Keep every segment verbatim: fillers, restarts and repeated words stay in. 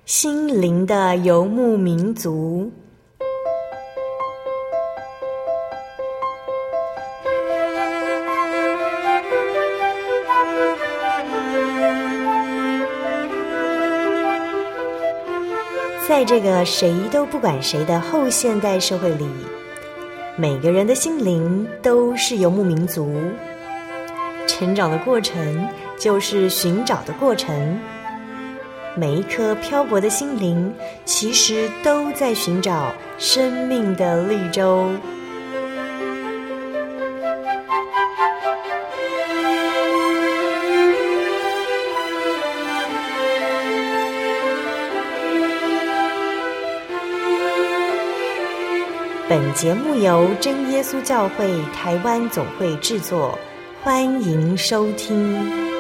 心灵的游牧民族。在这个谁都不管谁的后现代社会里，每个人的心灵都是游牧民族。成长的过程就是寻找的过程，每一颗漂泊的心灵其实都在寻找生命的绿洲。本节目由真耶稣教会台湾总会制作，欢迎收听。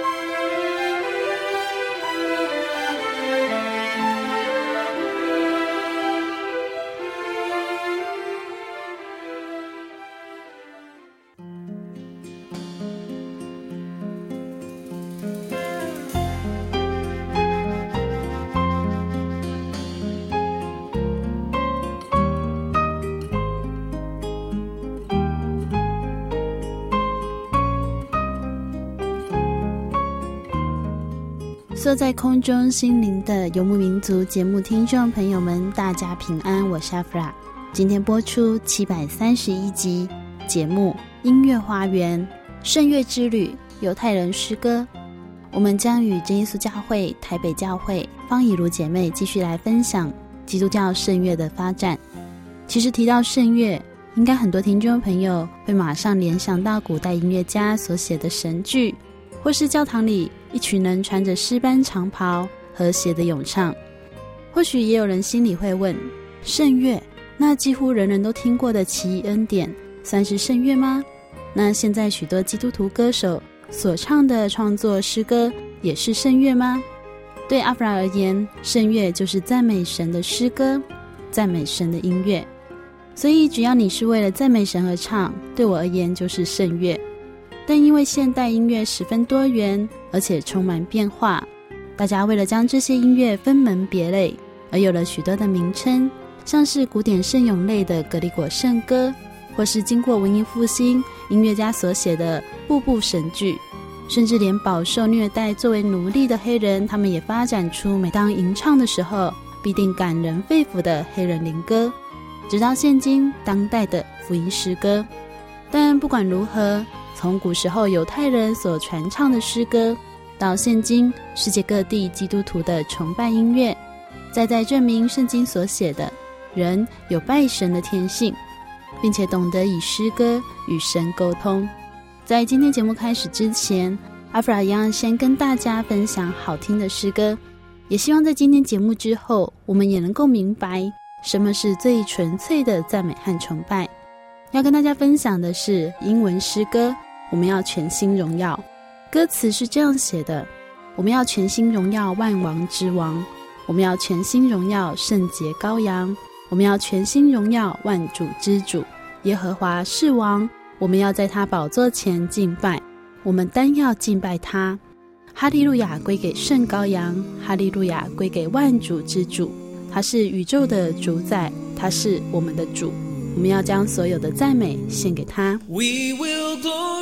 坐在空中心灵的游牧民族节目听众朋友们，大家平安，我是阿弗拉。今天播出七百三十一集节目音乐花园圣乐之旅犹太人诗歌。我们将与真耶稣教会台北教会方以如姐妹继续来分享基督教圣乐的发展。其实提到圣乐，应该很多听众朋友会马上联想到古代音乐家所写的神剧，或是教堂里一群人穿着诗班长袍和谐的咏唱。或许也有人心里会问，圣乐，那几乎人人都听过的奇异恩典算是圣乐吗？那现在许多基督徒歌手所唱的创作诗歌也是圣乐吗？对阿弗拉而言，圣乐就是赞美神的诗歌，赞美神的音乐。所以只要你是为了赞美神而唱，对我而言就是圣乐。但因为现代音乐十分多元，而且充满变化，大家为了将这些音乐分门别类，而有了许多的名称，像是古典圣咏类的格里果圣歌，或是经过文艺复兴音乐家所写的步步神剧，甚至连饱受虐待作为奴隶的黑人，他们也发展出每当吟唱的时候必定感人肺腑的黑人灵歌，直到现今当代的福音诗歌。但不管如何，从古时候犹太人所传唱的诗歌，到现今世界各地基督徒的崇拜音乐，再再证明圣经所写的人有拜神的天性，并且懂得以诗歌与神沟通。在今天节目开始之前，阿弗拉一样先跟大家分享好听的诗歌，也希望在今天节目之后，我们也能够明白什么是最纯粹的赞美和崇拜。要跟大家分享的是英文诗歌，我们要全心荣耀。歌词是这样写的：我们要全心荣耀万王之王，我们要全心荣耀圣洁羔羊，我们要全心荣耀万主之主耶和华是王，我们要在他宝座前敬拜，我们单要敬拜他。哈利路亚归给圣羔羊，哈利路亚归给万主之主，他是宇宙的主宰，他是我们的主，我们要将所有的赞美献给他。 We will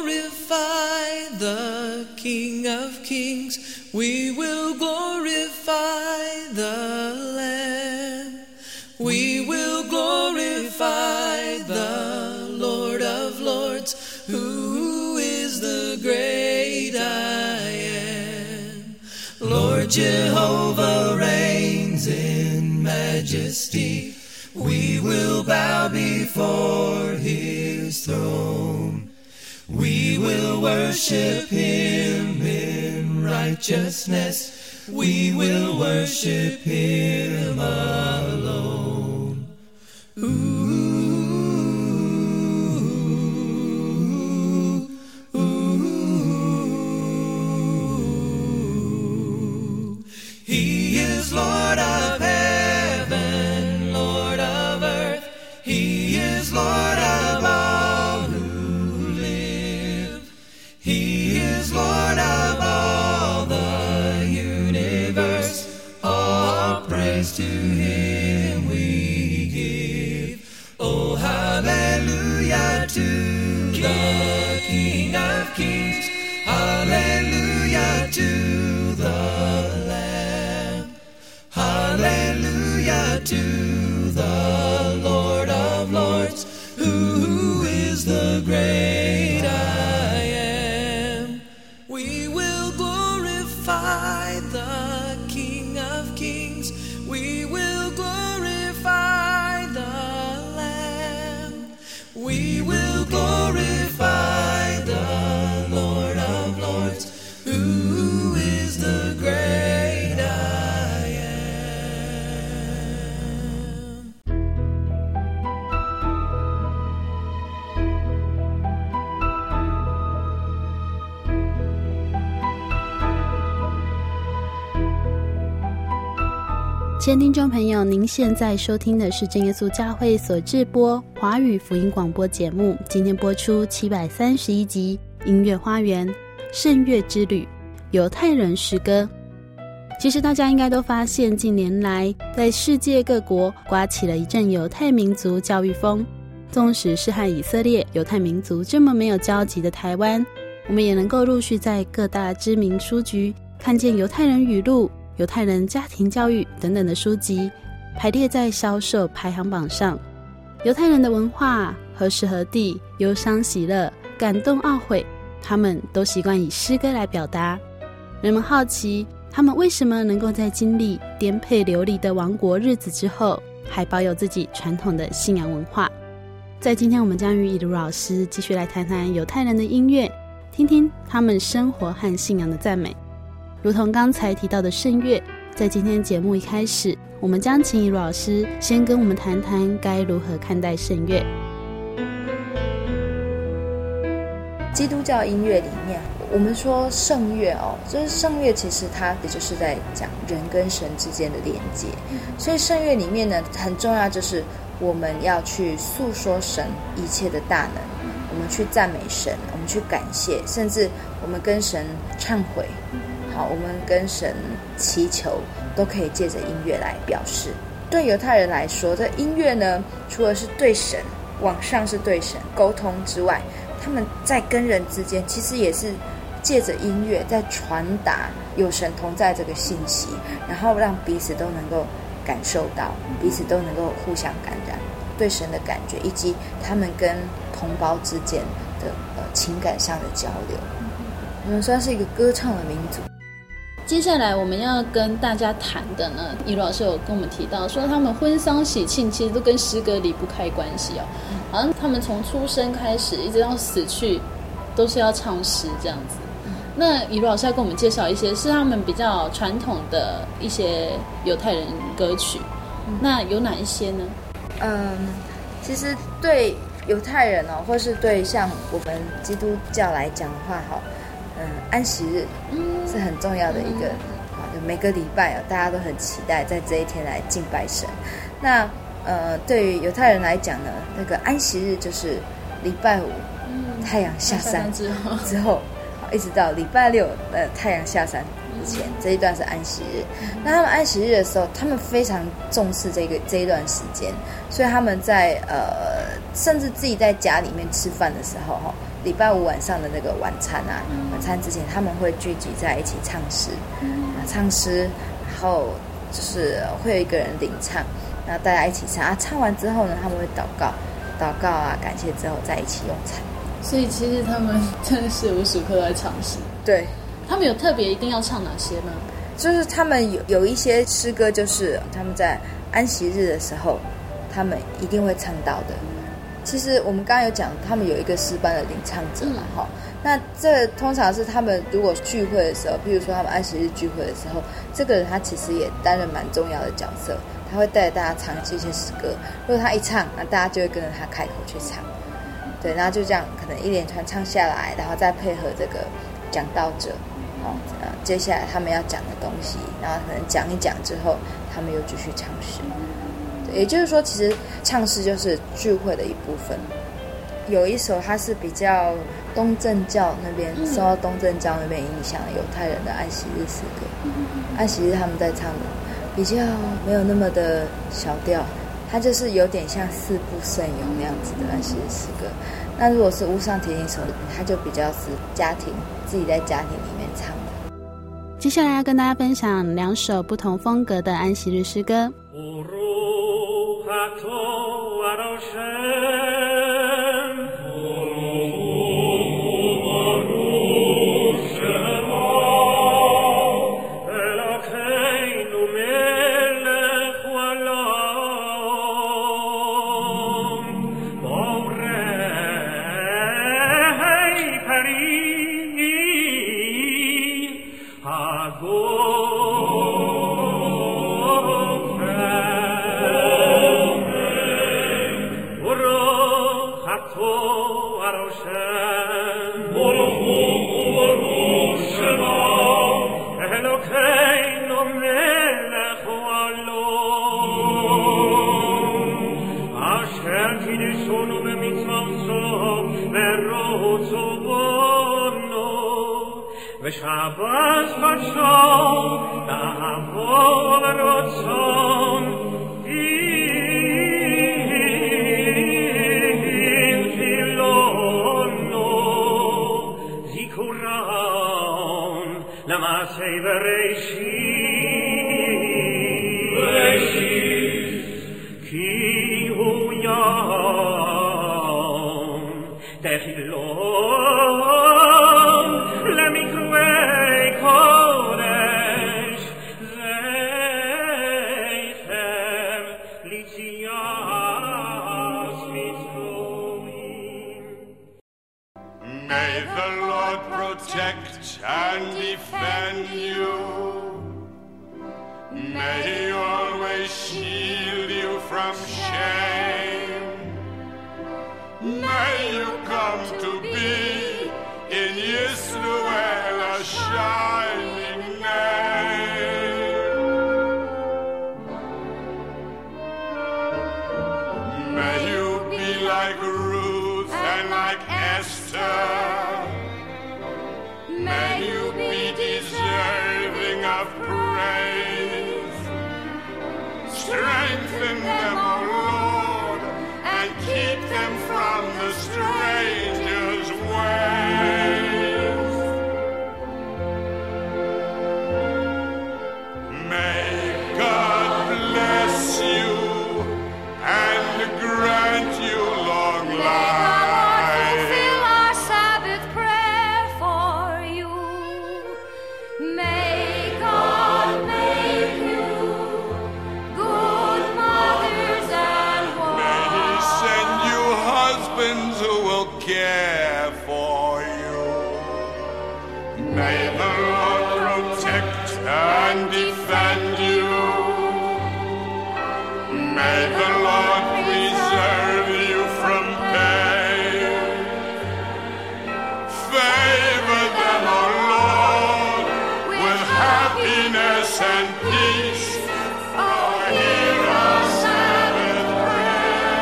glorify the King of Kings, we will glorify the Lamb, we will glorify the Lord of Lords, who is the great I am. Lord Jehovah reigns in majesty, we will bow before his throne. We will worship him in righteousness. We will worship him alone. Ooh, ooh. He is Lord of heaven, Lord of earth. He is Lord of all who live. He is Lord of all the universe. All praise praise to him we give. Oh, hallelujah to the King of Kings. Hallelujah to the Lamb. Hallelujah to the Lord of Lords, who is the great I am. We will glorify the King of Kings. We will glorify the Lamb. We will glorify the Lord of Lords, who is the great I am. 亲爱的听众朋友，您现在收听的是真耶稣教会所制播华语福音广播节目，今天播出七百三十一集音乐花园圣乐之旅犹太人诗歌。其实大家应该都发现，近年来在世界各国刮起了一阵犹太民族教育风。纵使是和以色列犹太民族这么没有交集的台湾，我们也能够陆续在各大知名书局看见犹太人语录、犹太人家庭教育等等的书籍排列在销售排行榜上。犹太人的文化，何时何地，忧伤喜乐，感动懊悔，他们都习惯以诗歌来表达。人们好奇，他们为什么能够在经历颠沛流离的亡国日子之后，还保有自己传统的信仰文化。在今天，我们将与以如老师继续来谈谈犹太人的音乐，听听他们生活和信仰的赞美。如同刚才提到的圣乐，在今天节目一开始，我们将请以如老师先跟我们谈谈该如何看待圣乐。 基督教音乐里面，我们说圣乐哦，就是圣乐其实它也就是在讲人跟神之间的连接，所以圣乐里面呢，很重要就是我们要去诉说神一切的大能，我们去赞美神，我们去感谢，甚至我们跟神忏悔，好，我们跟神祈求，都可以借着音乐来表示。对犹太人来说，这音乐呢，除了是对神往上是对神沟通之外，他们在跟人之间其实也是借着音乐在传达有神同在这个信息，然后让彼此都能够感受到，彼此都能够互相感染对神的感觉，以及他们跟同胞之间的呃情感上的交流。我们算是一个歌唱的民族。 接下来我们要跟大家谈的呢，以如老师有跟我们提到说，他们婚丧喜庆其实都跟诗歌离不开关系哦，好像他们从出生开始一直到死去都是要唱诗这样子。那以如老师要跟我们介绍一些是他们比较传统的一些犹太人歌曲，那有哪一些呢？ 嗯，其实对犹太人哦，或是对像我们基督教来讲的话，哈，嗯，安息日是很重要的一个，啊、嗯，每个礼拜哦，大家都很期待在这一天来敬拜神。那呃，对于犹太人来讲呢，那个安息日就是礼拜五、嗯、太阳下山之后，之后一直到礼拜六呃太阳下山之前，这一段是安息日。那他们安息日的时候，他们非常重视这个这一段时间，所以他们在呃甚至自己在家里面吃饭的时候哈，礼拜五晚上的那个晚餐啊，晚餐之前他们会聚集在一起唱诗，啊唱诗，然后就是会有一个人领唱，然后大家一起唱啊，唱完之后呢，他们会祷告，祷告啊，感谢之后在一起用餐。 所以其实他们真的是无时无刻都在唱诗。 对， 他们有特别一定要唱哪些吗？ 就是他们有有一些诗歌，就是他们在安息日的时候，他们一定会唱到的。其实我们刚刚有讲，他们有一个诗班的领唱者嘛，哈、嗯。那这通常是他们如果聚会的时候，譬如说他们安息日聚会的时候，这个人他其实也担任蛮重要的角色，他会带着大家唱这些诗歌。如果他一唱，那大家就会跟着他开口去唱。对，然后就这样可能一连串唱下来，然后再配合这个讲道者，哦，呃，接下来他们要讲的东西，然后可能讲一讲之后，他们又继续唱诗。也就是说，其实唱诗就是聚会的一部分。有一首它是比较东正教那边、嗯、受到东正教那边影响的犹太人的安息日诗歌，嗯、安息日他们在唱的比较没有那么的小调，它就是有点像四部圣咏那样子的安息日诗歌。那如果是屋上提琴手，它就比较是家庭自己在家庭里面唱的。 接下来要跟大家分享两首不同风格的安息日诗歌。 ושבת חדשו תעבור רצון אם חילונו זיכרון למעשי בראשית כי הוא יום תחילון למקראי קודש זכר ליציאת מצרים. May the Lord protect and defend you. May He always shield you from shame. May you come to be in Yisrael a shining name. May you be like Ruth and like Esther. May you be deserving of praise. Strengthen them, O Lord, and keep them from the stranger's ways. May God bless you and grant you long life. Fulfill our Sabbath prayer for you. May God make you good mothers and May He wives. send you husbands who will care for you. May the Lord protect and defend you. May the Lord preserve you from pain. Favor them, O Lord, with happiness and peace. Oh, hear our Sabbath prayer.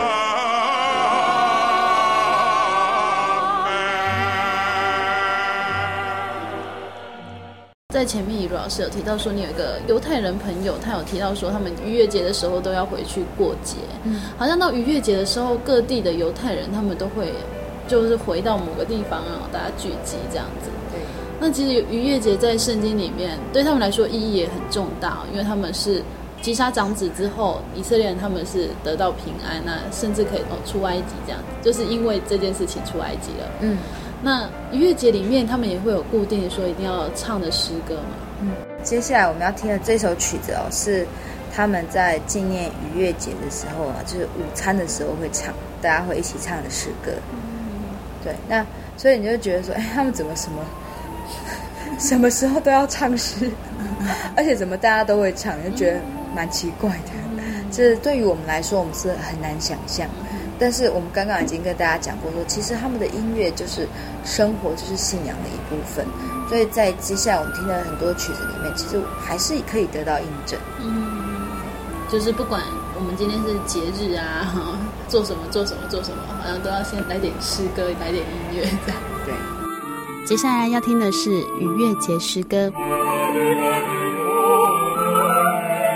Amen. 在前面李老师有提到说，你有一个犹太人朋友，他有提到说，他们逾越节的时候都要回去过节。嗯，好像到逾越节的时候，各地的犹太人他们都会就是回到某个地方啊，大家聚集这样子。 对， 那其实逾越节在圣经里面对他们来说意义也很重大，因为他们是击杀长子之后，以色列人他们是得到平安，那甚至可以哦出埃及这样子，就是因为这件事情出埃及了。 嗯。 那逾越节里面，他们也会有固定的说一定要唱的诗歌嘛？ 嗯，接下来我们要听的这首曲子哦，是他们在纪念逾越节的时候啊，就是午餐的时候会唱，大家会一起唱的诗歌。嗯，对，那所以你就觉得说，哎，他们怎么什么什么时候都要唱诗，而且怎么大家都会唱，就觉得蛮奇怪的。这对于我们来说，我们是很难想象。但是我们刚刚已经跟大家讲过说，其实他们的音乐就是生活，就是信仰的一部分。所以在接下来我们听的很多曲子里面，其实还是可以得到印证。 嗯，就是不管我们今天是节日啊，做什么做什么做什么，好像都要先来点诗歌，来点音乐这样。 对， 接下来要听的是逾越节诗歌。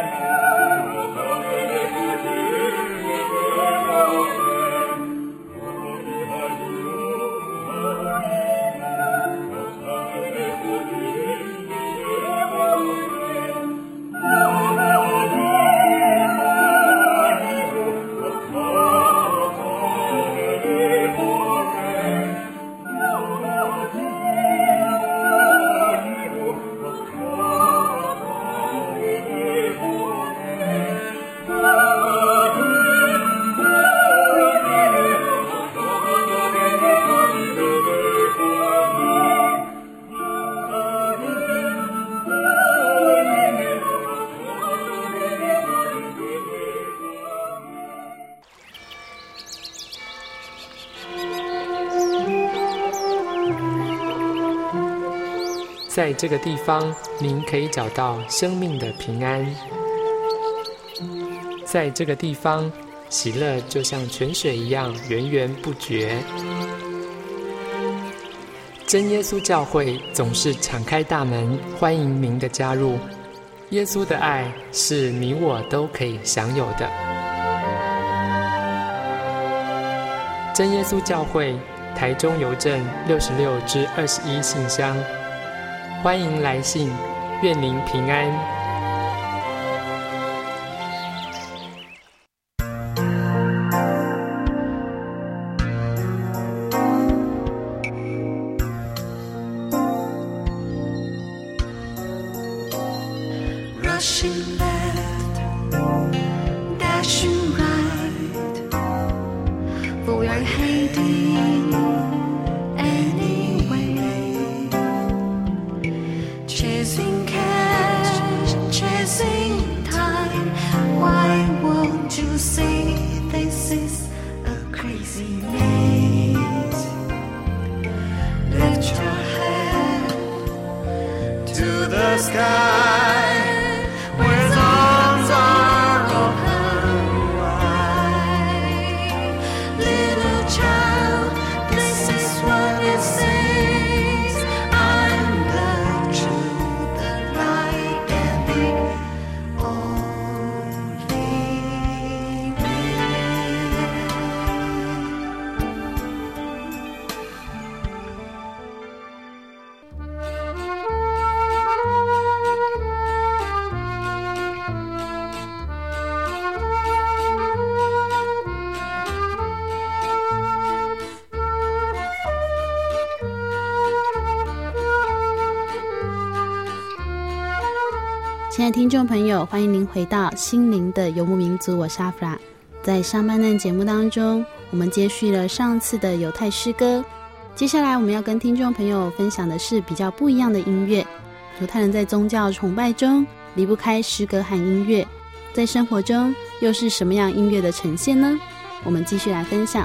在这个地方，您可以找到生命的平安。在这个地方，喜乐就像泉水一样源源不绝。真耶稣教会总是敞开大门，欢迎您的加入。耶稣的爱是你我都可以享有的。真耶稣教会台中邮政六十六至二十一信箱，欢迎来信，愿您平安。 Rushing left, dashing right, but we're heading anyway. Chasing cash, chasing time. Why won't you say this is a crazy maze? Lift your head to the sky. 亲爱的听众朋友，欢迎您回到心灵的游牧民族，我是阿弗拉。在上半段节目当中，我们接续了上次的犹太诗歌，接下来我们要跟听众朋友分享的是比较不一样的音乐。犹太人在宗教崇拜中离不开诗歌和音乐，在生活中又是什么样音乐的呈现呢？我们继续来分享。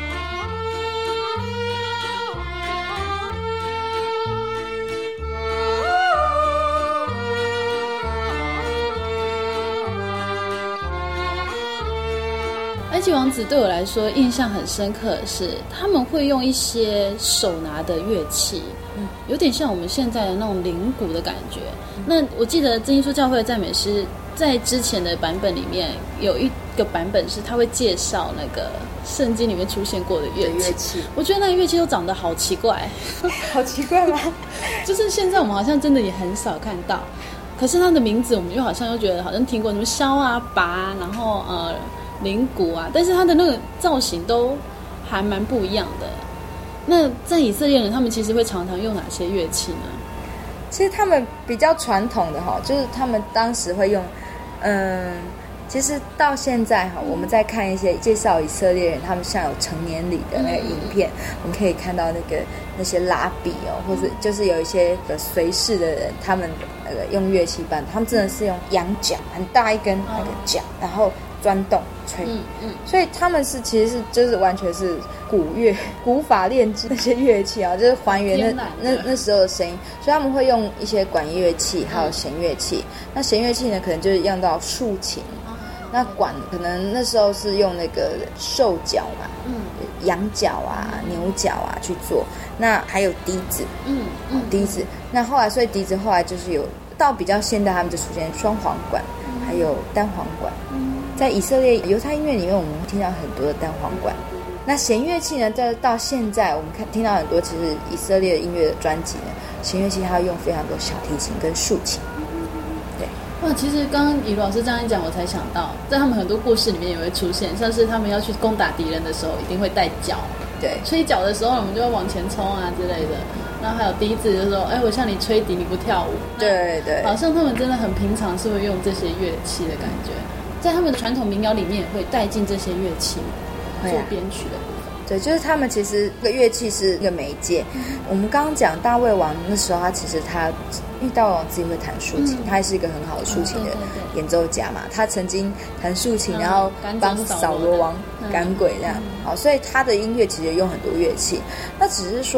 埃及王子对我来说印象很深刻的是，他们会用一些手拿的乐器，嗯，有点像我们现在的那种铃鼓的感觉。嗯、那我记得真耶稣教会的赞美诗在之前的版本里面有一个版本是他会介绍那个圣经里面出现过的乐器，乐器我觉得那个乐器都长得好奇怪， 好奇怪吗？ 就是现在我们好像真的也很少看到，可是它的名字我们又好像又觉得好像听过，什么箫啊、拔啊，然后呃。铃鼓啊，但是它的那个造型都还蛮不一样的。那在以色列人，他们其实会常常用哪些乐器呢？ 其实他们比较传统的哈，就是他们当时会用，嗯，其实到现在哈，我们在看一些介绍以色列人他们像有成年礼的那个影片，嗯、我们可以看到那个那些拉比哦，或者就是有一些的随侍的人，他们那个用乐器伴，他们真的是用羊角很大一根那个角，哦、然后钻洞吹，嗯嗯，所以他们是其实是就是完全是古乐、古法炼制那些乐器啊，就是还原那那那时候的声音，所以他们会用一些管乐器，还有弦乐器。嗯、那弦乐器呢，可能就是用到竖琴。那管可能那时候是用那个兽角嘛，嗯，羊角啊、牛角啊去做。那还有笛子，嗯嗯，笛子。那后来，所以笛子后来就是有到比较现代，他们就出现双簧管，嗯、还有单簧管。嗯，在以色列犹太音乐里面，我们会听到很多的单簧管。那弦乐器呢，到到现在我们看听到很多，其实以色列音乐的专辑呢，弦乐器它会用非常多小提琴跟竖琴。 哇，其实刚刚以罗老师这样一讲，我才想到，在他们很多故事里面也会出现，像是他们要去攻打敌人的时候，一定会带角，对，吹角的时候，我们就要往前冲啊之类的。然后还有笛子，就是说，哎，我向你吹笛，你不跳舞， 对对， 好像他们真的很平常，是会用这些乐器的感觉，在他们的传统民谣里面也会带进这些乐器做编曲的部分。 对，就是他们其实这个乐器是一个媒介。嗯、我们刚刚讲大卫王那时候，他其实他因为大卫王自己会弹竖琴，嗯、他也是一个很好的竖琴的演奏家嘛。嗯、他曾经弹竖琴，嗯、然后帮扫罗王赶鬼这样。好、嗯，所以他的音乐其实用很多乐器。那只是说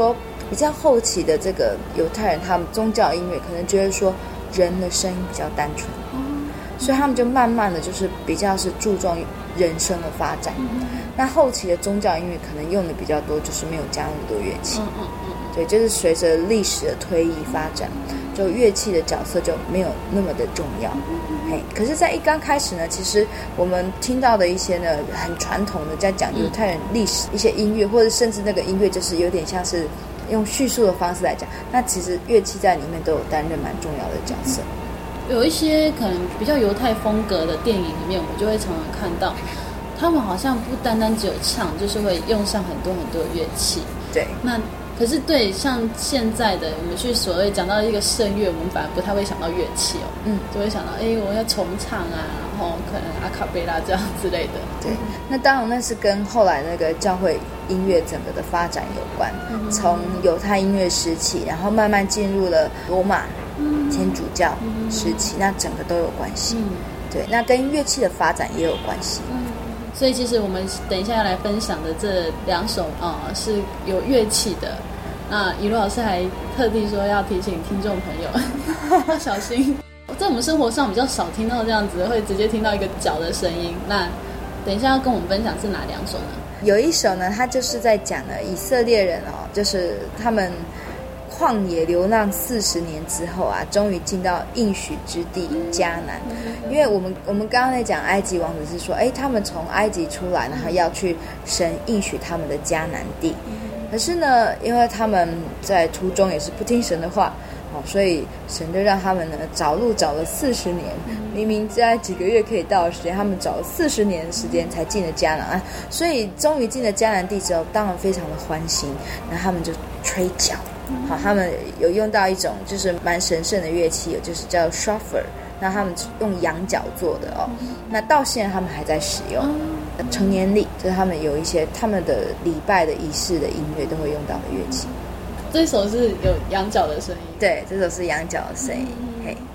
比较后期的这个犹太人，他们宗教音乐可能觉得说人的声音比较单纯，嗯、所以他们就慢慢的就是比较是注重人声的发展。嗯、那后期的宗教音乐可能用的比较多，就是没有加那么多乐器。嗯嗯嗯、对，就是随着历史的推移发展，就乐器的角色就没有那么的重要。嘿，可是，在一刚开始呢，其实我们听到的一些呢很传统的在讲犹太人历史一些音乐，或者甚至那个音乐就是有点像是用叙述的方式来讲，那其实乐器在里面都有担任蛮重要的角色。 有一些可能比较犹太风格的电影里面，我就会常常看到，他们好像不单单只有唱，就是会用上很多很多的乐器。 对， 那可是对像现在的我们去所谓讲到一个圣乐，我们反而不太会想到乐器哦，嗯，就会想到哎，我要重唱啊，然后可能阿卡贝拉这样之类的。 对，那当然那是跟后来那个教会音乐整个的发展有关，嗯、从犹太音乐时期，然后慢慢进入了罗马天主教时期，嗯、那整个都有关系。嗯、对，那跟乐器的发展也有关系。嗯， 所以其实我们等一下要来分享的这两首啊、呃、是有乐器的。那以罗老师还特地说要提醒听众朋友要小心，在我们生活上比较少听到这样子，会直接听到一个脚的声音。那等一下要跟我们分享是哪两首呢？ 有一首呢，它就是在讲了以色列人哦，就是他们旷野流浪四十年之后啊，终于进到应许之地迦南。因为我们我们刚刚在讲埃及王子是说，哎，他们从埃及出来，然后要去神应许他们的迦南地。可是呢，因为他们在途中也是不听神的话，哦，所以神就让他们呢找路找了四十年，明明在几个月可以到的时间，他们找了四十年的时间才进了迦南啊。所以终于进了迦南地之后，当然非常的欢欣，然后他们就吹角。好，他们有用到一种就是蛮神圣的乐器，就是叫 shofar， 那他们用羊角做的哦。那到现在他们还在使用。成年礼就是他们有一些他们的礼拜的仪式的音乐都会用到的乐器。 这首是有羊角的声音。 对，这首是羊角的声音。嗯、嘿。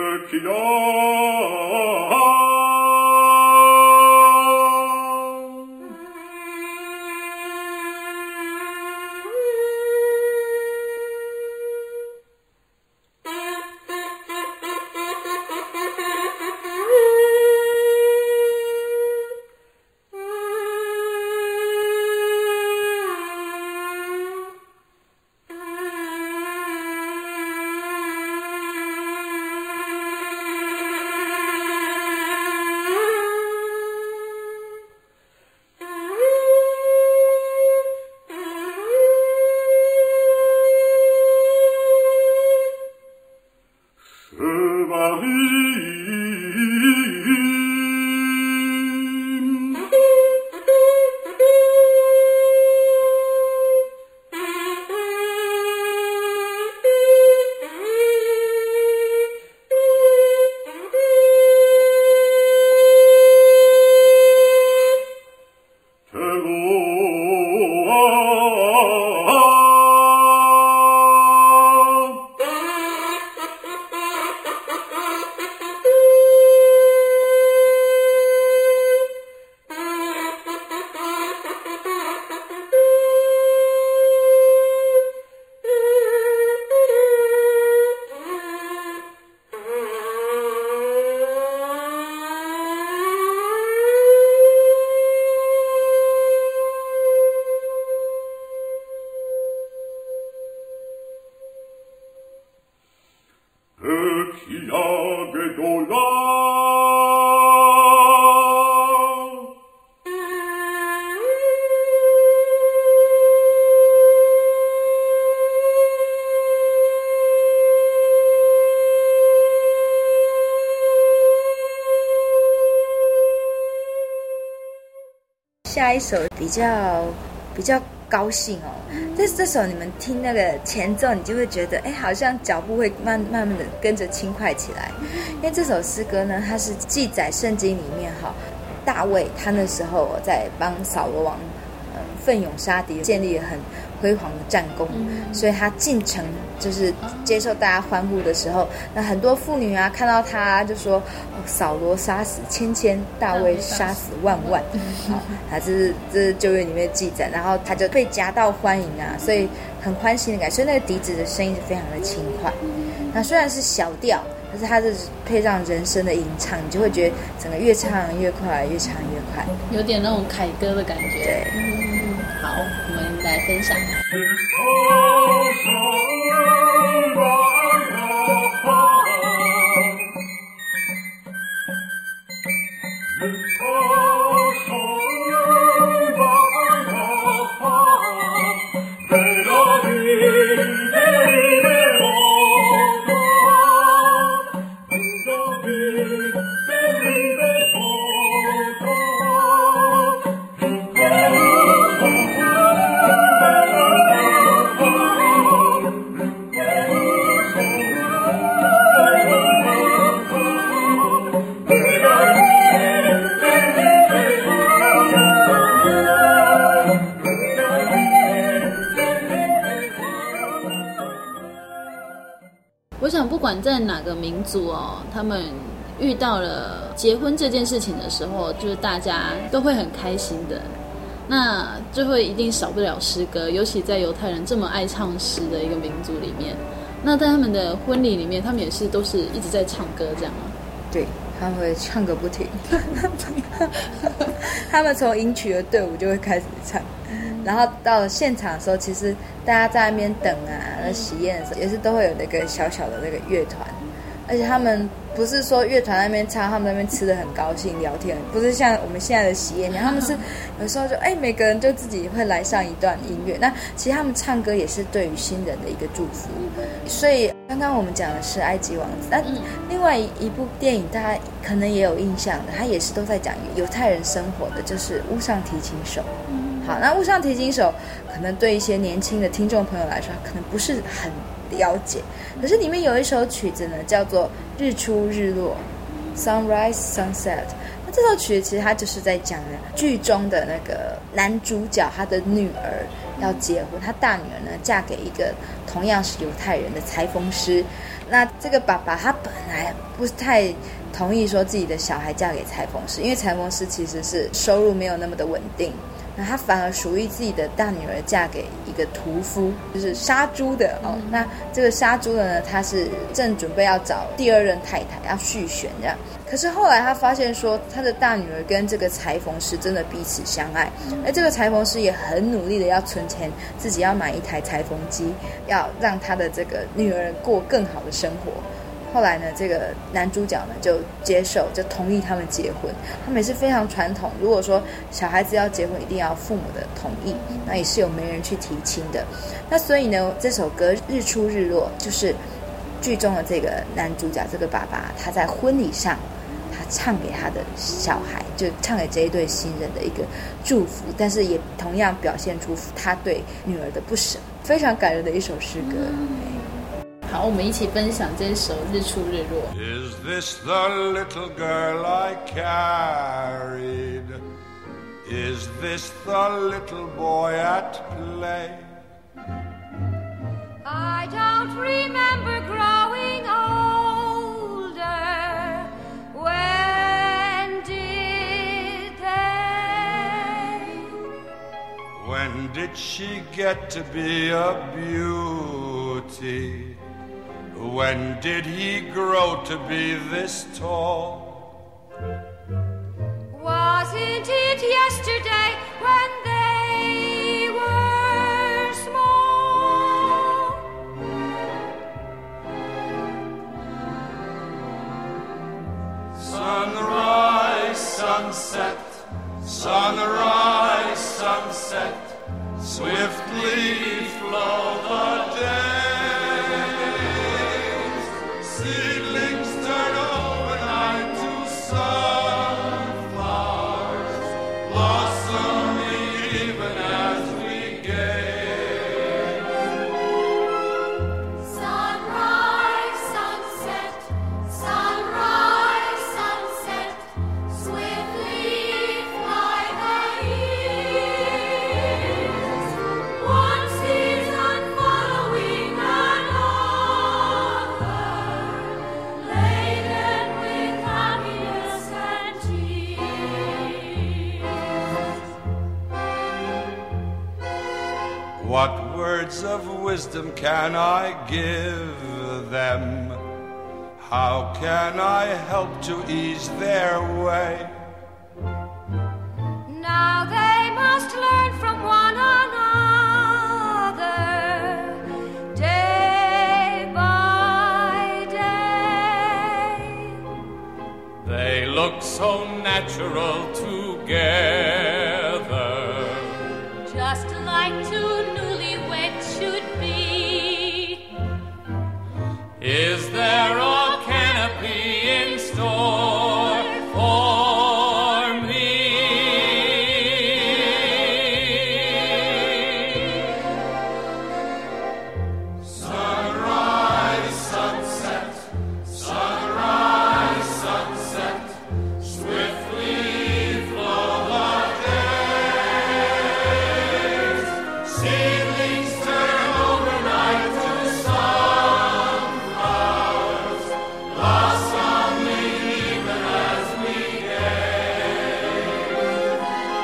下一首比较比较高兴哦，但是这首你们听那个前奏，你就会觉得，哎，好像脚步会慢慢慢的跟着轻快起来。因为这首诗歌呢，它是记载圣经里面哈，大卫他那时候在帮扫罗王嗯奋勇杀敌，建立了很辉煌的战功，嗯、所以他进城就是接受大家欢呼的时候，那很多妇女啊看到他就说：“哦，扫罗杀死千千，大卫杀死万万。”好，啊，这是这是旧约里面的记载，然后他就被夹道欢迎啊，所以很欢欣的感觉，所以那个笛子的声音是非常的轻快。那虽然是小调，但是它是配上人声的吟唱，你就会觉得整个越唱越快，越唱越快， 有点那种凯歌的感觉。 对， 嗯，好，我们来分享。我想不管在哪个民族哦，他们遇到了结婚这件事情的时候，就是大家都会很开心的，那就会一定少不了诗歌，尤其在犹太人这么爱唱诗的一个民族里面，那在他们的婚礼里面，他们也是都是一直在唱歌这样吗？ 对，他们会唱个不停他们从迎娶的队伍就会开始唱，然后到了现场的时候，其实大家在那边等啊，那喜宴的时候也是都会有那个小小的那个乐团，而且他们不是说乐团那边唱，他们那边吃的很高兴聊天，不是像我们现在的喜宴，他们是有时候就哎每个人就自己会来上一段音乐，那其实他们唱歌也是对于新人的一个祝福。所以刚刚我们讲的是埃及王子，那另外一部电影大家可能也有印象的，它也是都在讲犹太人生活的，就是乌上提琴手。好，那乌上提琴手可能对一些年轻的听众朋友来说可能不是很了解，可是里面有一首曲子呢叫做日出日落 Sunrise Sunset， 那这首曲子其实它就是在讲呢剧中的那个男主角他的女儿要结婚，他大女儿呢嫁给一个同样是犹太人的裁缝师，那这个爸爸他本来不太同意说自己的小孩嫁给裁缝师，因为裁缝师其实是收入没有那么的稳定，那他反而属于自己的大女儿嫁给一个屠夫，就是杀猪的哦。那这个杀猪的呢，他是正准备要找第二任太太，要续弦这样。可是后来他发现说，他的大女儿跟这个裁缝师真的彼此相爱，而这个裁缝师也很努力的要存钱，自己要买一台裁缝机，要让他的这个女儿过更好的生活。后来呢，这个男主角呢就接受，就同意他们结婚。他们也是非常传统，如果说小孩子要结婚，一定要父母的同意，那也是有媒人去提亲的。那所以呢，这首歌《日出日落》就是剧中的这个男主角，这个爸爸他在婚礼上，他唱给他的小孩，就唱给这一对新人的一个祝福，但是也同样表现出他对女儿的不舍，非常感人的一首诗歌。 好，我们一起分享这首《日出日落》。 Is this the little girl I carried? Is this the little boy at play? I don't remember growing older. When did they? When did she get to be a beauty? When did he grow to be this tall? Wasn't it yesterday when they were small? Sunrise, sunset, sunrise, sunset, swiftly flow the days. Seedlings turn overnight to sunflowers, blossoming even as we gaze. Sunrise, sunset, sunrise, sunset, swiftly fly the years. Once the What words of wisdom can I give them? How can I help to ease their way? Now they must learn from one another, day by day. They look so natural together, Just like two newlyweds should be. Is there a canopy in store for me? Sunrise, sunset, sunrise, sunset, swiftly flow the days. Seedlings turn overnight to sunflowers, blossoming even as we gaze.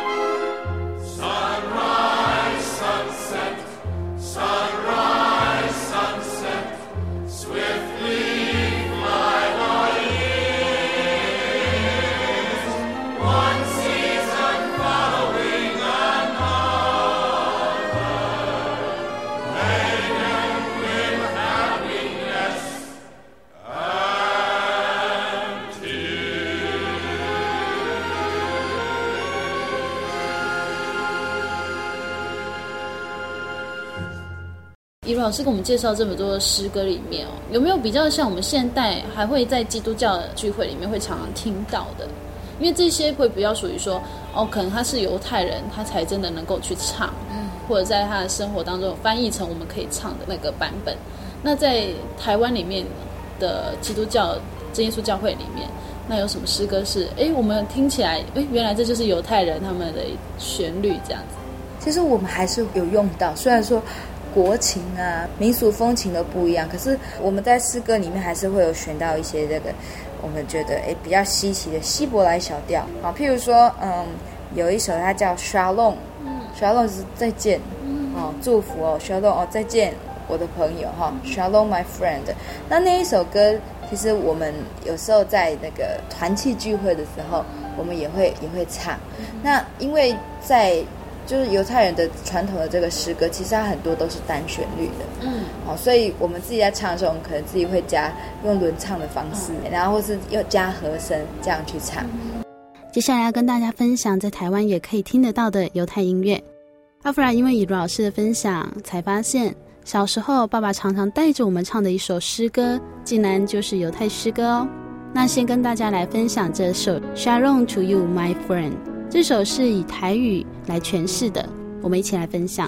Sunrise, sunset, sunrise, sunset, swiftly fly the years. One season following another, laden with happiness and tears. 怡如老师给我们介绍这么多的诗歌里面哦，有没有比较像我们现代还会在基督教的聚会里面会常常听到的？因为这些会比较属于说，哦，可能他是犹太人，他才真的能够去唱，嗯，或者在他的生活当中有翻译成我们可以唱的那个版本。那在台湾里面的基督教真耶稣教会里面，那有什么诗歌是，哎，我们听起来，哎，原来这就是犹太人他们的旋律这样子？ 其实我们还是有用到，虽然说国情啊、民俗风情都不一样，可是我们在诗歌里面还是会有选到一些这个我们觉得诶比较稀奇的希伯来小调啊，譬如说，嗯，有一首它叫 Shalom， 嗯 ，Shalom 是再见，嗯，哦，祝福哦 ，Shalom 哦，再见，我的朋友哈、哦、，Shalom my friend。那那一首歌，其实我们有时候在那个团契聚会的时候，我们也会也会唱。那因为在就是犹太人的传统的这个诗歌，其实它很多都是单旋律的，嗯，好，所以我们自己在唱的时候，我们可能自己会加用轮唱的方式，嗯、然后或是又加和声这样去唱。 嗯、接下来要跟大家分享在台湾也可以听得到的犹太音乐。阿弗拉因为以如老师的分享，才发现小时候爸爸常常带着我们唱的一首诗歌，竟然就是犹太诗歌哦。那先跟大家来分享这首 Shalom to you, my friend。这首是以台语来诠释的，我们一起来分享。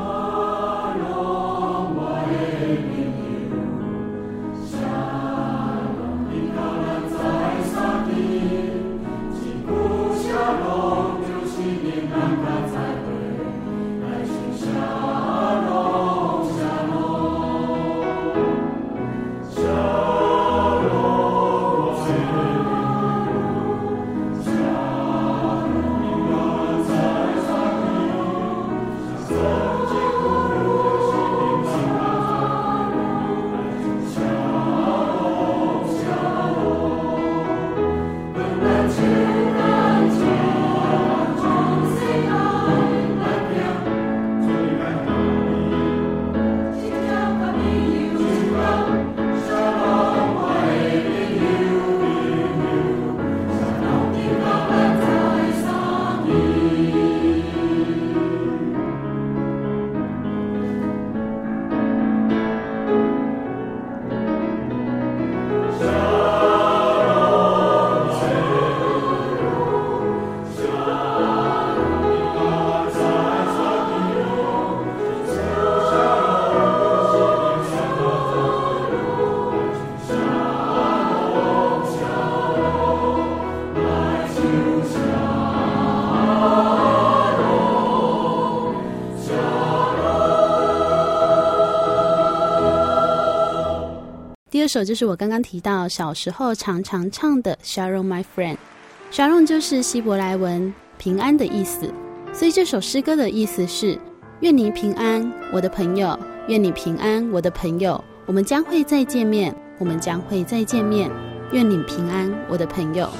第二首就是我刚刚提到小时候常常唱的 Shalom my friend。 Shalom 就是希伯来文平安的意思，所以这首诗歌的意思是愿你平安，我的朋友，愿你平安，我的朋友，我们将会再见面，我们将会再见面，愿你平安，我的朋友。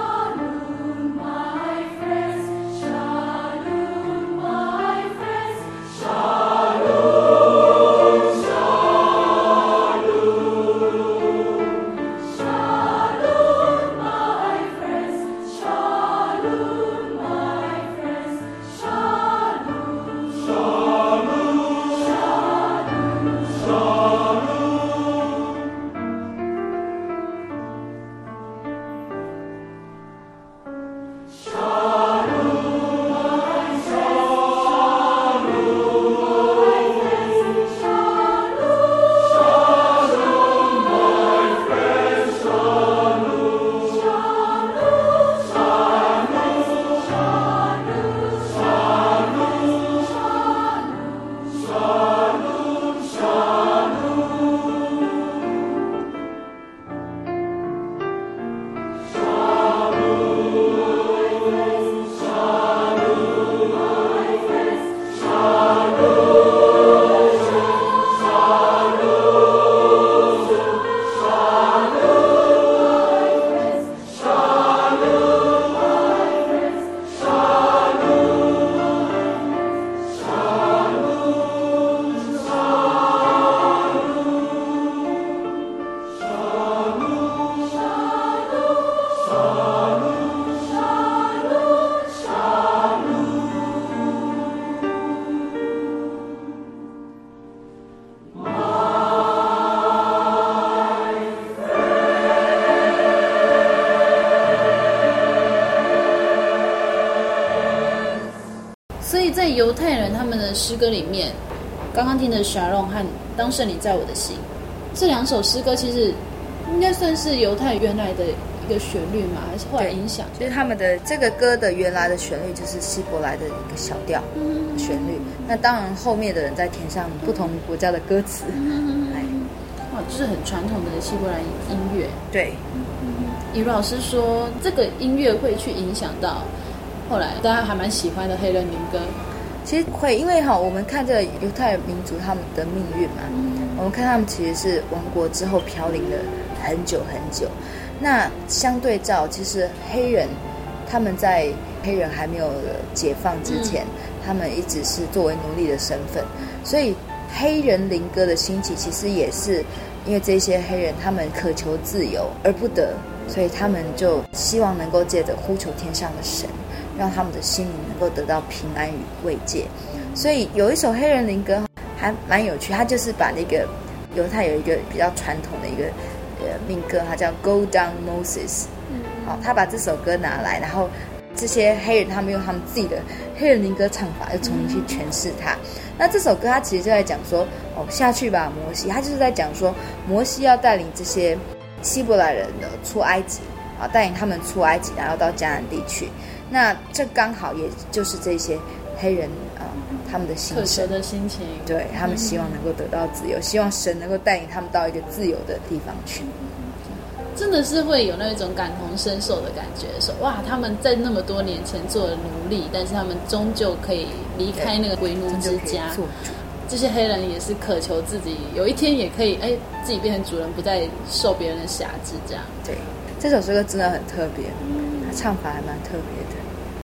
所以在犹太人他们的诗歌里面，刚刚听的 Shalom 和当圣灵在我的心这两首诗歌，其实应该算是犹太原来的一个旋律嘛，还是后来影响？ 就是他们的这个歌的原来的旋律就是希伯来的一个小调旋律。那当然后面的人再填上不同国家的歌词，哎， 哇，就是很传统的希伯来音乐。 对， 以如老师说，这个音乐会去影响到后来大家还蛮喜欢的黑人民歌。 其实会，因为哈，我们看这个犹太民族他们的命运嘛，嗯、我们看他们其实是亡国之后飘零了很久很久。那相对照，其实黑人他们在黑人还没有解放之前，嗯、他们一直是作为奴隶的身份，所以黑人灵歌的兴起，其实也是因为这些黑人他们渴求自由而不得，所以他们就希望能够借着呼求天上的神，让他们的心灵能够得到平安与慰藉。所以有一首黑人灵歌还蛮有趣，他就是把那个犹太有一个比较传统的一个呃民歌，它叫 Go Down Moses。好，他把这首歌拿来，然后这些黑人他们用他们自己的黑人灵歌唱法，又重新去诠释它。那这首歌他其实就在讲说，哦，下去吧摩西，他就是在讲说摩西要带领这些希伯来人的出埃及，啊，带领他们出埃及，然后到迦南地去。那这刚好也就是这些黑人啊、呃，他们的心声的心情， 对他们希望能够得到自由，嗯、希望神能够带领他们到一个自由的地方去。 真的是会有那种感同身受的感觉，说哇，他们在那么多年前做了奴隶，但是他们终究可以离开那个为奴之家。这些黑人也是渴求自己有一天也可以，哎，自己变成主人，不再受别人的辖制，这样。 对，这首诗歌真的很特别，他唱法还蛮特别的。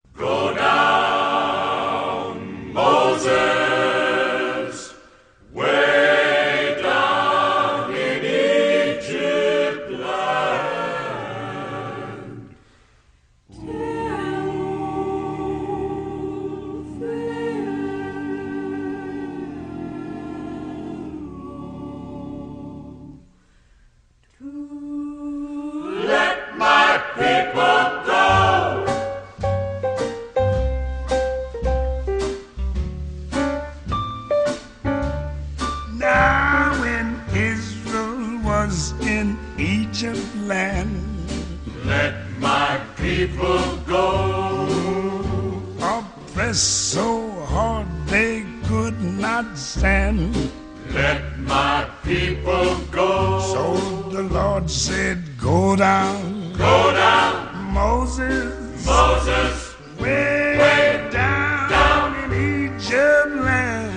Go down, Moses, way down in Egypt land. Let my people go. Now when Israel was in Egypt land, Let my people go. oppressed so hard they could not stand. Let my people go. So the Lord said, go down, Go down, Moses, Moses, way, way down, down in Egypt land.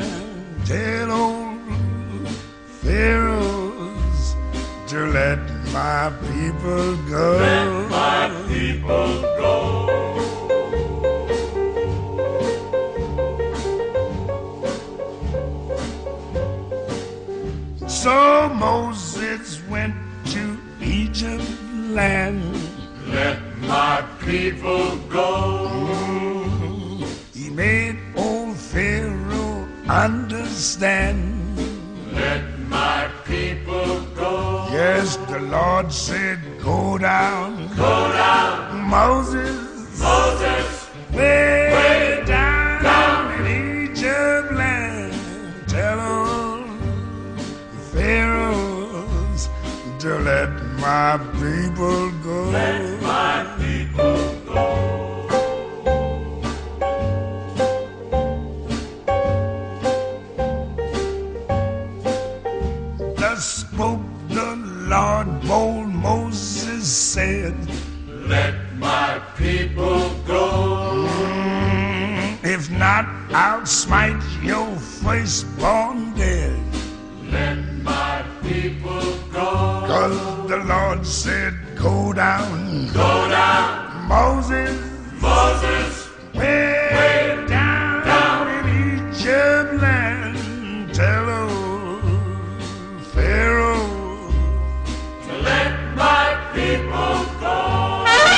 people go. Mm, he made old Pharaoh understand. Let my people go. Yes, the Lord said, go down. Go down. Moses. Moses. Way, way down, down in Egypt land. Tell all the pharaohs to let my people go. Let my people go. Thus spoke the Lord, bold Moses said, let my people go. Mm, if not, I'll smite your firstborn dead. Let my people go. 'Cause the Lord said, go down. Go down. Moses. Moses. Way, way down, down in Egypt land. Tell old Pharaoh to let my people go.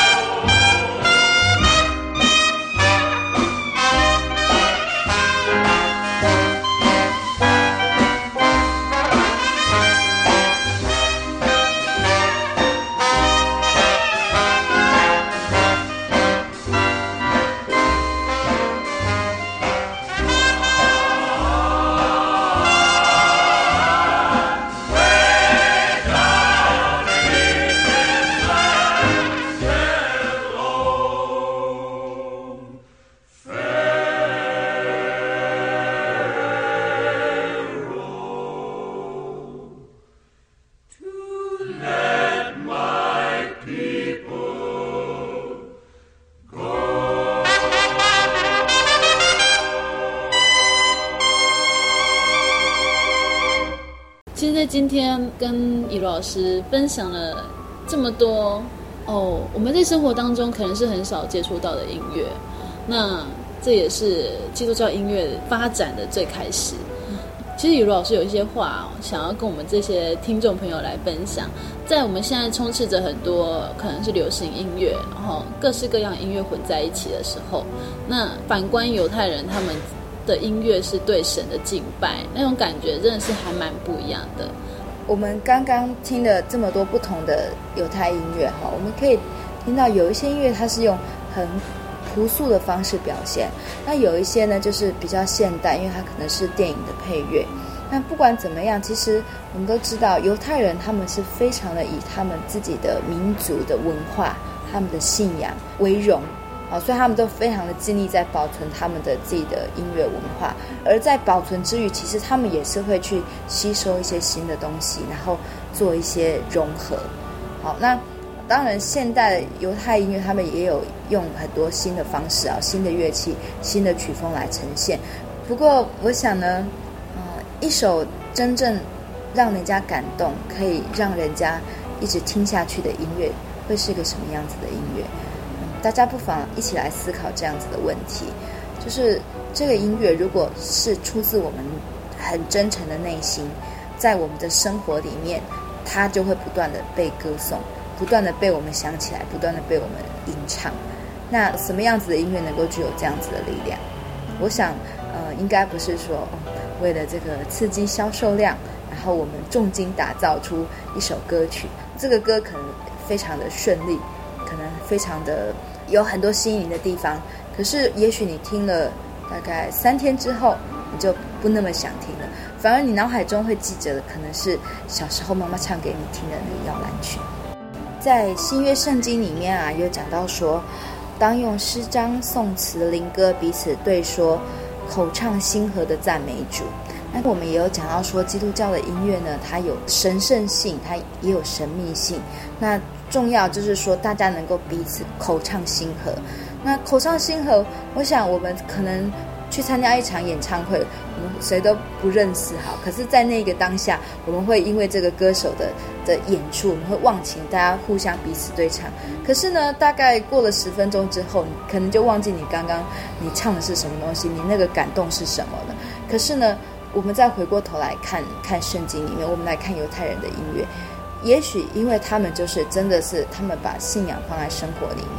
其实在今天跟以罗老师分享了这么多哦，我们在生活当中可能是很少接触到的音乐，那这也是基督教音乐发展的最开始。其实以罗老师有一些话、哦、想要跟我们这些听众朋友来分享。在我们现在充斥着很多可能是流行音乐，然后各式各样音乐混在一起的时候，那反观犹太人他们的音乐是对神的敬拜，那种感觉真的是还蛮不一样的。 我们刚刚听了这么多不同的犹太音乐哈，我们可以听到有一些音乐它是用很朴素的方式表现，那有一些呢就是比较现代，因为它可能是电影的配乐。那不管怎么样，其实我们都知道犹太人他们是非常的以他们自己的民族的文化、他们的信仰为荣。好，所以他们都非常的尽力在保存他们的自己的音乐文化，而在保存之余，其实他们也是会去吸收一些新的东西，然后做一些融合。好，那当然现代的犹太音乐他们也有用很多新的方式啊，新的乐器、新的曲风来呈现。不过我想呢，呃，一首真正让人家感动，可以让人家一直听下去的音乐，会是个什么样子的音乐？大家不妨一起来思考这样子的问题，就是这个音乐如果是出自我们很真诚的内心，在我们的生活里面，它就会不断的被歌颂，不断的被我们想起来，不断的被我们吟唱。那什么样子的音乐能够具有这样子的力量？我想呃，应该不是说、哦、为了这个刺激销售量，然后我们重金打造出一首歌曲，这个歌可能非常的顺利，可能非常的有很多吸引你的地方，可是也许你听了大概三天之后，你就不那么想听了，反而你脑海中会记着的可能是小时候妈妈唱给你听的那个摇篮曲。在新约圣经里面啊，有讲到说，当用诗章、颂词、灵歌彼此对说，口唱心和的赞美主。那我们也有讲到说，基督教的音乐呢，它有神圣性，它也有神秘性。那重要就是说，大家能够彼此口唱心和。那口唱心和，我想我们可能去参加一场演唱会，我们谁都不认识好，可是在那个当下，我们会因为这个歌手的的演出，我们会忘情，大家互相彼此对唱。可是呢，大概过了十分钟之后，你可能就忘记你刚刚你唱的是什么东西，你那个感动是什么了。可是呢，我们再回过头来看看圣经里面，我们来看犹太人的音乐，也许因为他们就是真的是他们把信仰放在生活里面，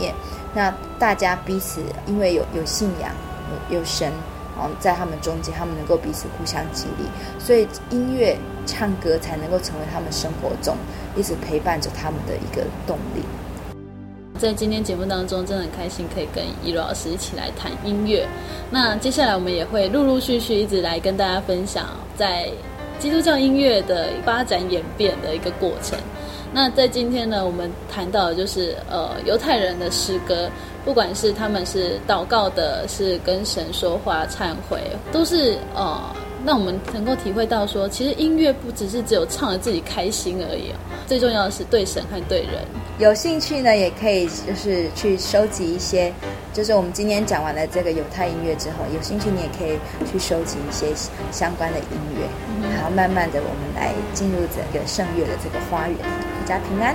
那大家彼此因为有有信仰，有有神在他们中间，他们能够彼此互相激励，所以音乐唱歌才能够成为他们生活中一直陪伴着他们的一个动力。 在今天节目当中真的很开心可以跟一如老师一起来谈音乐，那接下来我们也会陆陆续续一直来跟大家分享在基督教音乐的发展演变的一个过程。那在今天呢，我们谈到的就是呃犹太人的诗歌，不管是他们是祷告的，是跟神说话忏悔，都是呃让我们能够体会到说，其实音乐不只是只有唱了自己开心而已，最重要的是对神和对人。 有兴趣呢，也可以就是去收集一些，就是我们今天讲完了这个犹太音乐之后，有兴趣你也可以去收集一些相关的音乐，嗯、然后慢慢的我们来进入这个圣乐的这个花园。大家平安。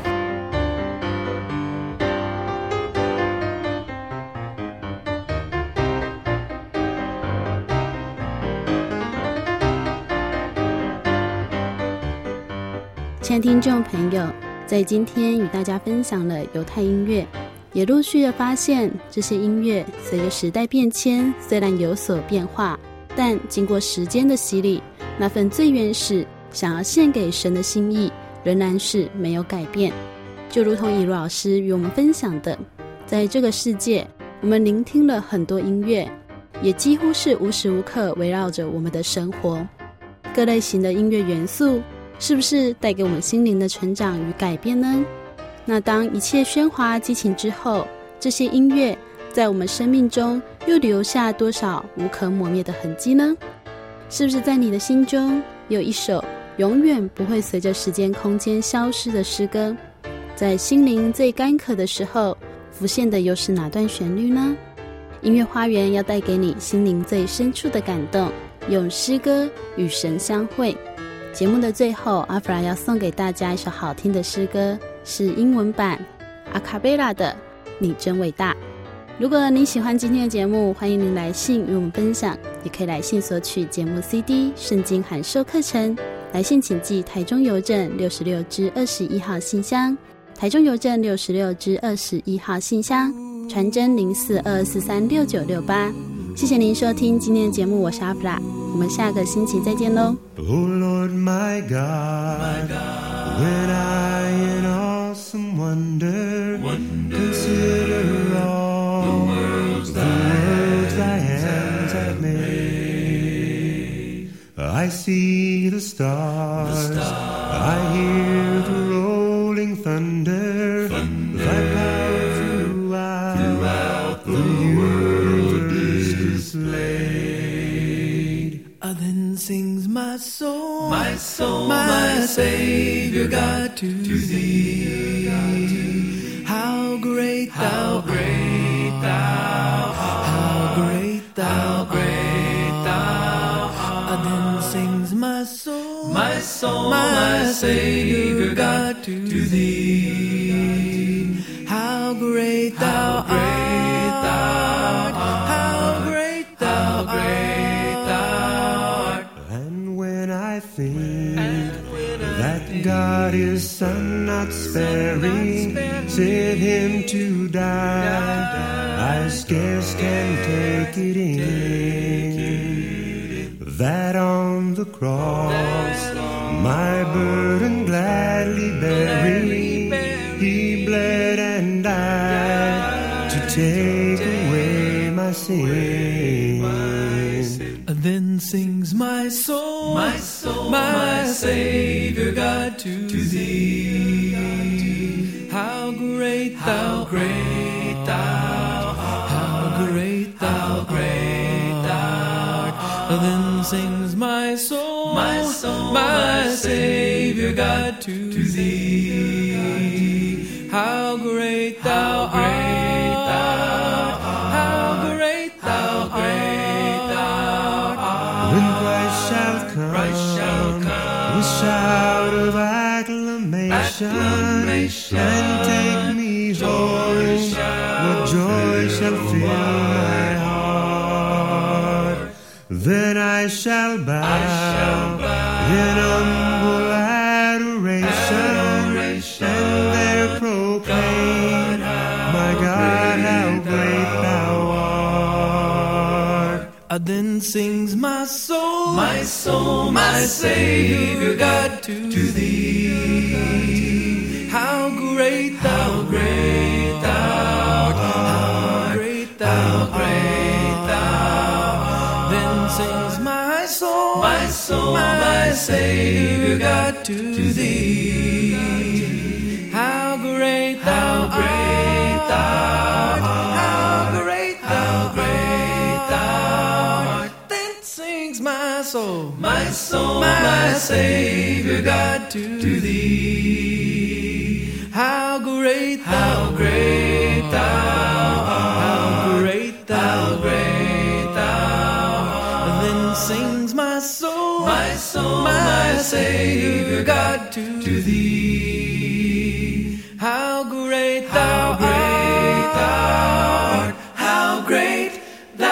亲爱的听众朋友，在今天与大家分享了犹太音乐，也陆续的发现这些音乐随着时代变迁虽然有所变化，但经过时间的洗礼，那份最原始想要献给神的心意仍然是没有改变。就如同以如老师与我们分享的，在这个世界我们聆听了很多音乐，也几乎是无时无刻围绕着我们的生活。各类型的音乐元素是不是带给我们心灵的成长与改变呢？那当一切喧哗激情之后，这些音乐在我们生命中又留下多少无可磨灭的痕迹呢？是不是在你的心中有一首永远不会随着时间空间消失的诗歌？在心灵最干渴的时候浮现的又是哪段旋律呢？音乐花园要带给你心灵最深处的感动，用诗歌与神相会。节目的最后，阿弗拉要送给大家一首好听的诗歌，是英文版阿卡贝拉的你真伟大。如果您喜欢今天的节目，欢迎您来信与我们分享，也可以来信索取节目 C D、 圣经函授课程。来信请寄台中邮政六十六支二十一号信箱，台中邮政六十六支二十一号信箱，传真零四二二四三六九六八。谢谢您收听今天的节目，我是阿弗拉，我们下个星期再见喽。 Oh Lord my God, my God, when I in awesome wonder, wonder consider all the worlds, the worlds thy hands have made. I see the stars, the stars, I hear the rolling thunder, thunder thy power throughout, throughout the, the world is displayed. Uh, then sings my soul, my soul, my, my Savior God to, to thee. How great thou, how great thou, how great thou, how great thou. Uh, then sings my soul, my soul, my Savior God to, to thee. How great thou, how great thou, how great thou, how great thou art. And when I think that God his Son not sparing sent him to die, I scarce can take it in, that on the cross my burden gladly bearing, he bled and died to take away my sin. Then sings my soul, my soul, my Savior God to, to thee. How great thou, great thou, how great thou, great thou art. Then sings my soul, my soul, my Savior God to, to thee. How great thou art, how great thou, great thou art. When Christ shall come, Christ shall come with shout of acclamation, acclamation and take me home, what joy shall fill my heart. Then I shall bow, I shall bow in humble adoration, adoration and there proclaim, God, my God, how Uh, then sings my soul, my soul, my Savior God, to, to thee. How great thou, great thou art, how great thou, great thou. Then sings my soul, my soul, my Savior God, to, to thee. How great thou, great thou art, how great thou, great thou art. Then sings my soul, my soul, my Savior God, to, to thee. How great thou, great thou art, how great thou, great thou art. Then sings my soul, my soul, my Savior God, to, to thee. How great thou, great thou art, how great thou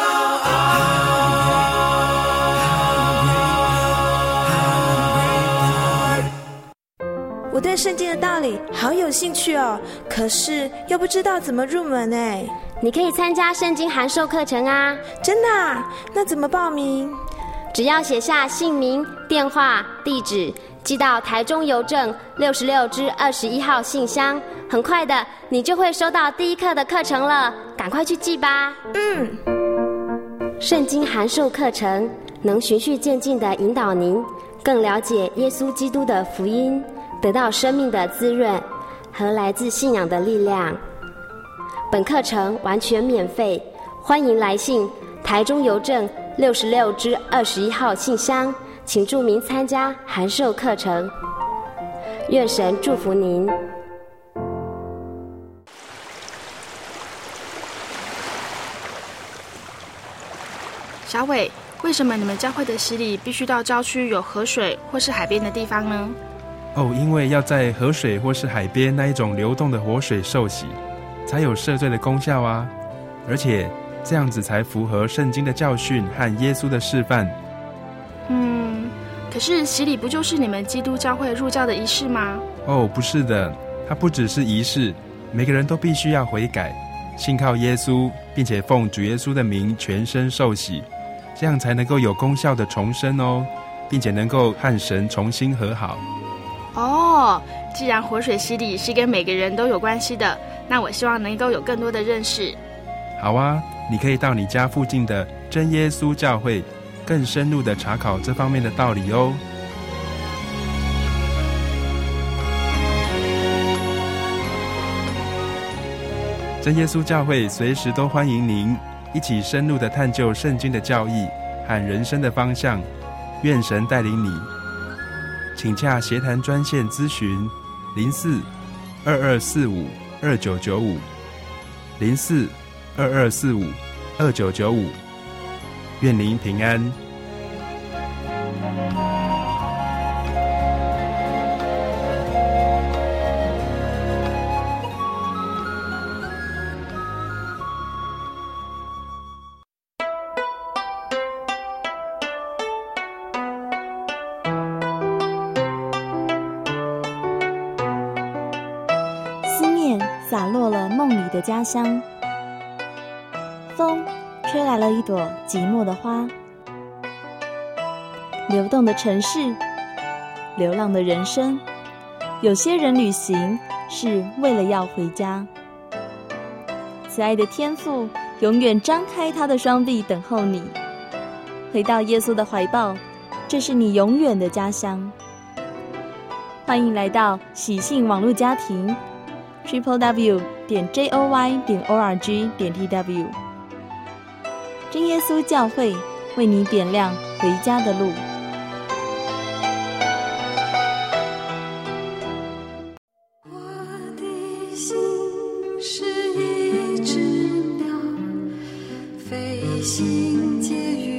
art. 我对圣经的道理好有兴趣哦，可是又不知道怎么入门哎。 你可以参加圣经函授课程啊！ 真的啊？那怎么报名？ 只要写下姓名、电话、地址，寄到台中邮政六十六支二十一号信箱，很快的，你就会收到第一课的课程了，赶快去寄吧。 嗯， 圣经函授课程能循序渐进地引导您更了解耶稣基督的福音，得到生命的滋润和来自信仰的力量。本课程完全免费，欢迎来信台中邮政六十六支二十一号信箱，请注明参加函授课程。愿神祝福您。 小伟，为什么你们教会的洗礼必须到郊区有河水或是海边的地方呢？ 哦，因为要在河水或是海边那一种流动的活水受洗，才有赦罪的功效啊！而且这样子才符合圣经的教训和耶稣的示范。 嗯，可是洗礼不就是你们基督教会入教的仪式吗？ 哦，不是的，它不只是仪式，每个人都必须要悔改，信靠耶稣，并且奉主耶稣的名全身受洗，这样才能够有功效的重生哦，并且能够和神重新和好。 哦，既然活水洗礼是跟每个人都有关系的，那我希望能够有更多的认识。 好啊，你可以到你家附近的真耶稣教会更深入的查考这方面的道理哦。真耶稣教会随时都欢迎您一起深入的探究圣经的教义和人生的方向，愿神带领你。请洽协谈专线咨询零四二二四五二九九五零四二二四五二九九五，愿您平安。 洒落了梦里的家乡，风吹来了一朵寂寞的花。流动的城市，流浪的人生，有些人旅行是为了要回家。慈爱的天父永远张开他的双臂等候你，回到耶稣的怀抱，这是你永远的家乡。欢迎来到喜信网络家庭triple w 点 j o y 点 o r g 点 t w， 真耶稣教会为你点亮回家的路。 我的心是一只鸟，飞行介于